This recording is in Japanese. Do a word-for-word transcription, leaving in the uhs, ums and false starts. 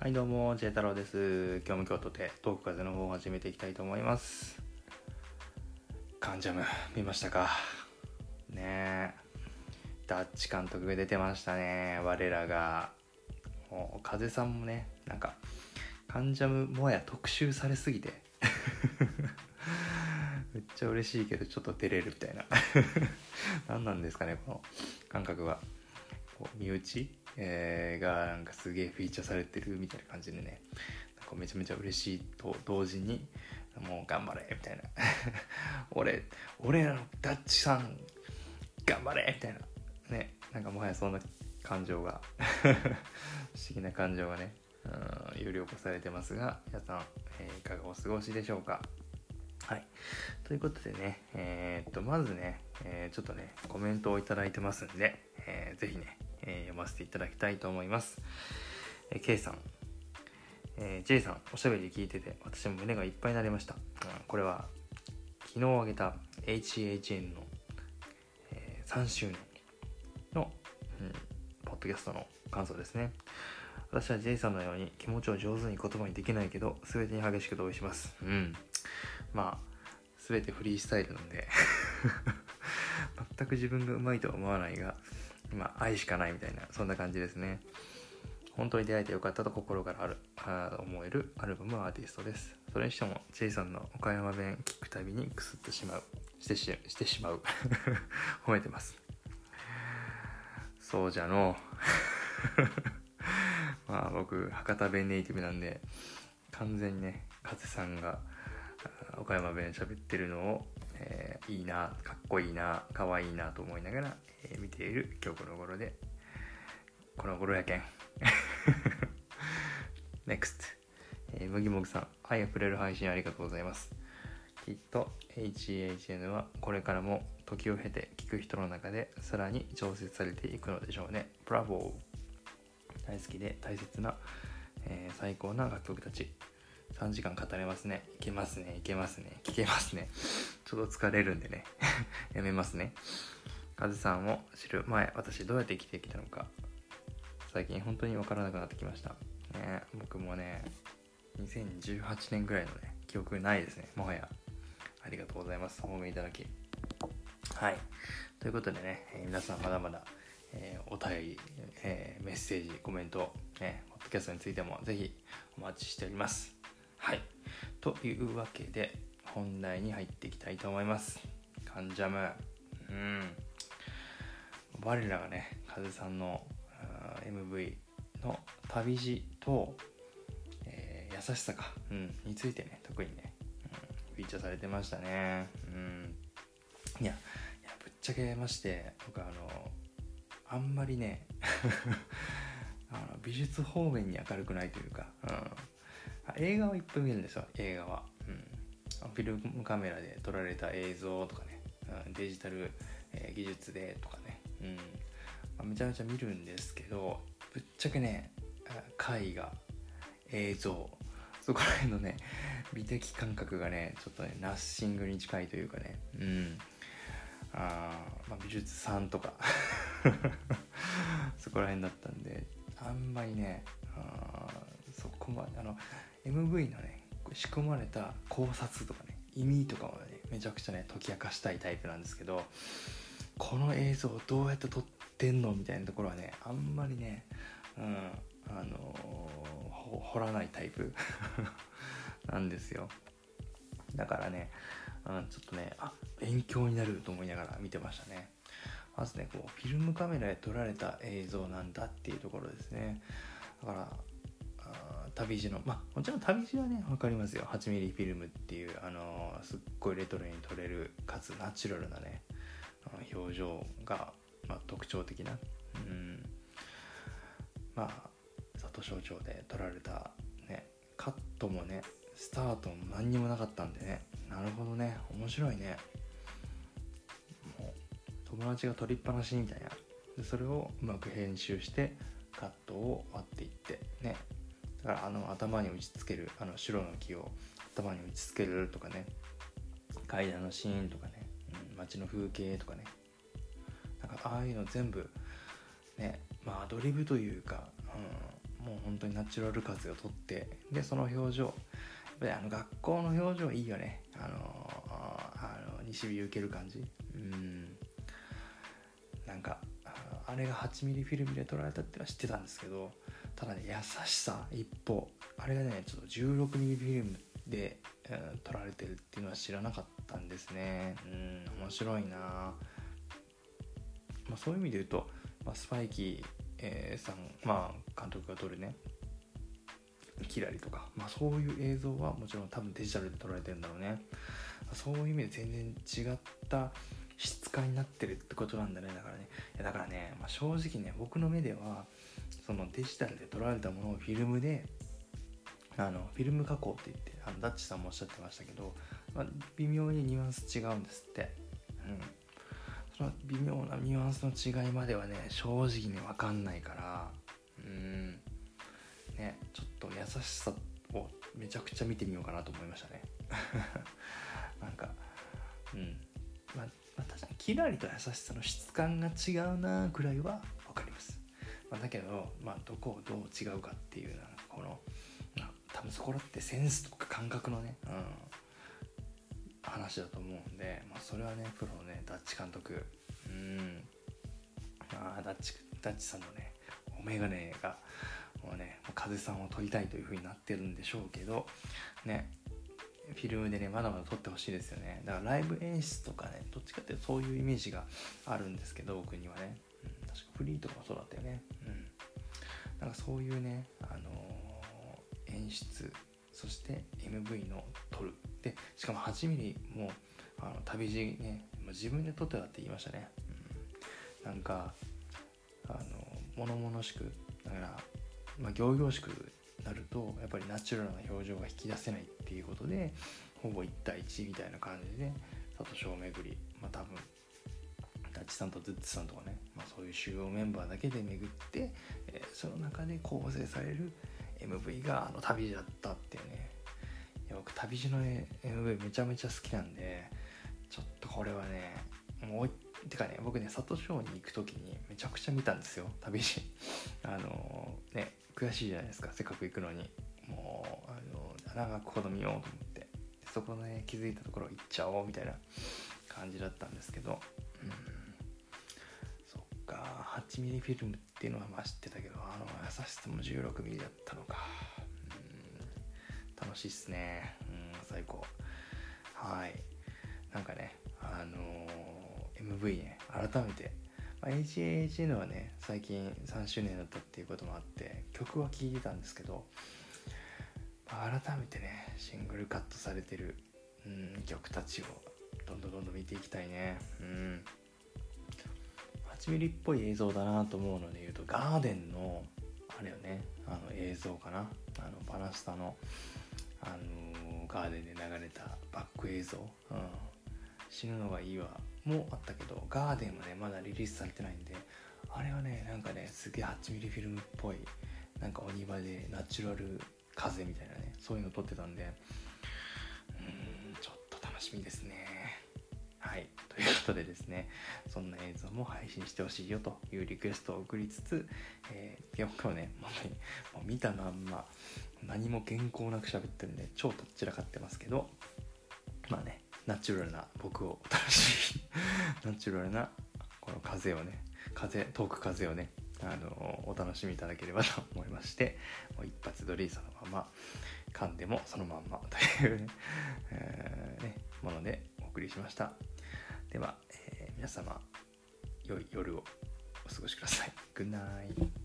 はいどうも、J 太郎です。今日も今日とてトーク風の方を始めていきたいと思います。カンジャム見ましたかねえ、ダッチ監督が出てましたね。我らがもう風さんもね、なんかカンジャムもはや特集されすぎてめっちゃ嬉しいけどちょっと照れるみたいな何なんですかね、この感覚は。こう身内、えー、がなんかすげえフィーチャーされてるみたいな感じでね、なんかめちゃめちゃ嬉しいと同時にもう頑張れみたいな俺俺らのダッチさん頑張れみたいなね、なんかもはやそんな感情が不思議な感情がね、うん、揺り起こされてますが、皆さん、えー、いかがお過ごしでしょうか。はい、ということでね、えー、っとまずね、えー、ちょっとねコメントをいただいてますんで、えー、ぜひね、えー、読ませていただきたいと思います。えー、K さん、えー、J さん、おしゃべり聞いてて私も胸がいっぱいになりました。うん、これは昨日あげた エイチエイチエヌ の、えー、さんしゅうねんの、うん、ポッドキャストの感想ですね。私は J さんのように気持ちを上手に言葉にできないけど全てに激しく同意します。うん、まあ全てフリースタイルなんで全く自分がうまいとは思わないが、まあ愛しかないみたいな、そんな感じですね。本当に出会えてよかったと心からあるあ思えるアルバムアーティストです。それにしても J さんの岡山弁聞くたびにクスッとしまうしてししてしまう褒めてます。そうじゃのまあ僕博多弁ネイティブなんで完全にね風さんが岡山弁喋ってるのを、えー、いいな、かっこいいな、かわいいなと思いながら、えー、見ている今日この頃でこの頃やけんネクスト、えー、麦もぐさん、愛あふれる配信ありがとうございます。きっと エイチエイチエヌ はこれからも時を経て聞く人の中でさらに調節されていくのでしょうね。ブラボー。大好きで大切な、えー、最高な楽曲たち。さんじかん語れますね。いけますね。いけますね。聞けますね。ちょっと疲れるんでねやめますね。カズさんを知る前、私どうやって生きてきたのか最近本当に分からなくなってきました、ね、僕もねにせんじゅうはちねんぐらいのね記憶ないですね。もはやありがとうございます。お褒めいただき。はい、ということでね、えー、皆さんまだまだ、えー、お便り、えー、メッセージ、コメント、えー、ポッドキャストについてもぜひお待ちしております。はい、というわけで本題に入っていきたいと思います。カンジャム、うん、我らがね風さんの エムブイ の旅路と、えー、優しさか、うん、についてね特にね、うん、フィーチャーされてましたね。うん、いや、いやぶっちゃけまして僕あのあんまりねあの美術方面に明るくないというか、うん、映画はいっぱい見るんですよ。映画は、うん、フィルムカメラで撮られた映像とかね、うん、デジタル、えー、技術でとかね、うん、まあ、めちゃめちゃ見るんですけど、ぶっちゃけね絵画、映像、そこら辺のね美的感覚がねちょっとねナッシングに近いというかね、うん、あ、まあ、美術さんとかそこら辺だったんであんまりね、あそこまであの エムブイ のね仕込まれた考察とかね意味とかをねめちゃくちゃね解き明かしたいタイプなんですけど、この映像どうやって撮ってんのみたいなところはねあんまりね、うん、あのー、掘らないタイプなんですよ。だからね、うん、ちょっとねあ勉強になると思いながら見てましたね。まずねこうフィルムカメラで撮られた映像なんだっていうところですね。だからあ旅路のまあもちろん旅路はね分かりますよ。はちミリフィルムっていう、あのー、すっごいレトロに撮れるかつナチュラルなね表情が、まあ、特徴的な、うん、まあ里省庁で撮られたねカットもねスタートも何にもなかったんでね、なるほどね面白いね、もう友達が撮りっぱなしみたいなで、それをうまく編集してカットを割っていってね、だからあの頭に打ち付けるあの白の木を頭に打ち付けるとかね、階段のシーンとかね、うん、街の風景とかね、なんかああいうの全部ね、まあアドリブというか、うん、 もう本当にナチュラル風をとって、でその表情、やっぱりあの学校の表情いいよね。あのあの西日受ける感じ、うん、なんかあれがはちミリフィルムで撮られたっていうのは知ってたんですけど、ただね、優しさ一方、あれがねちょっとじゅうろくミリフィルムで、えー、撮られてるっていうのは知らなかったんですね。うん、面白いな。まあ、そういう意味で言うと、まあ、スパイキー、えー、さん、まあ、監督が撮るねキラリとか、まあ、そういう映像はもちろん多分デジタルで撮られてるんだろうね。そういう意味で全然違った質感になってるってことなんだね。だからね、いやだからね、まあ、正直ね、僕の目ではそのデジタルで撮られたものをフィルムであのフィルム加工って言って、あのダッチさんもおっしゃってましたけど、まあ、微妙にニュアンス違うんですって、うん、その微妙なニュアンスの違いまではね正直ね分かんないから、うんね、ちょっと優しさをめちゃくちゃ見てみようかなと思いましたねなんかうんまあ、まあ、確かにキラリと優しさの質感が違うなくらいは分かります、まあ、だけど、まあ、どこをどう違うかっていうなんかこの、まあ、多分そこらってセンスとか感覚のね、うん、話だと思うんで、まあ、それはねプロのねダッチ監督、うんあダッチダッチさんのねお眼鏡がもうね風さんを撮りたいという風になってるんでしょうけどね、フィルムでねまだまだ撮ってほしいですよね。だからライブ演出とかね、どっちかっていうとそういうイメージがあるんですけど僕にはね、うん、確かフリーとかもそうだったよね。うん、なんかそういうね、あのー、演出、そして エムブイ の撮るで、しかもはちミリもあの旅路ね自分で撮ってたって言いましたね。うん、なんかあの物々しくだからまあ仰々しくなるとやっぱりナチュラルな表情が引き出せないっていうことで、ほぼいち対いちみたいな感じで里小巡り、まあ多分ダッチさんとズッツさんとかね、まあ、そういう主要メンバーだけで巡って、えー、その中で構成される エムブイ があの旅路だったっていうね。いや僕旅路の エムブイ めちゃめちゃ好きなんで、ちょっとこれはねもうてかね僕ね里小に行く時にめちゃくちゃ見たんですよ旅路あのー、ね悔しいじゃないですか、せっかく行くのにもうあの穴が開くほど見ようと思って、そこね気づいたところ行っちゃおうみたいな感じだったんですけど、うん、そっかはちミリフィルムっていうのはまあ知ってたけど、あの優しさもじゅうろくミリだったのか、うん、楽しいっすね、うん、最高。はい、なんかねあのー、エムブイ ね改めて、まあ、エイチエーエイチエヌ はね最近さんしゅうねんだったっていうこともあって曲は聴いてたんですけど、まあ、改めてねシングルカットされてる、うん、曲たちをどんどんどんどん見ていきたいね。うん、はちミリっぽい映像だなと思うので言うとガーデンのあれよね、あの映像かな、あのパナスタの、あのー、ガーデンで流れたバック映像、うん、死ぬのがいいわもあったけど、ガーデンはねまだリリースされてないんで、あれはねなんかねすげえはちミリフィルムっぽい、なんかお庭でナチュラル風みたいなね、そういうの撮ってたんで、うーんちょっと楽しみですね。はい、ということでですね、そんな映像も配信してほしいよというリクエストを送りつつ、えー、今日ね本当にもう見たまんま何も原稿なく喋ってるんで超とっちらかってますけど、まあねナチュラルな僕をお楽しみナチュラルなこの風をね風トーク風をねあのお楽しみいただければと思いまして、もう一発撮りそのまま噛んでもそのまんまというね、えー、ねものでお送りしました。では、えー、皆様良い夜をお過ごしください。グッナイ。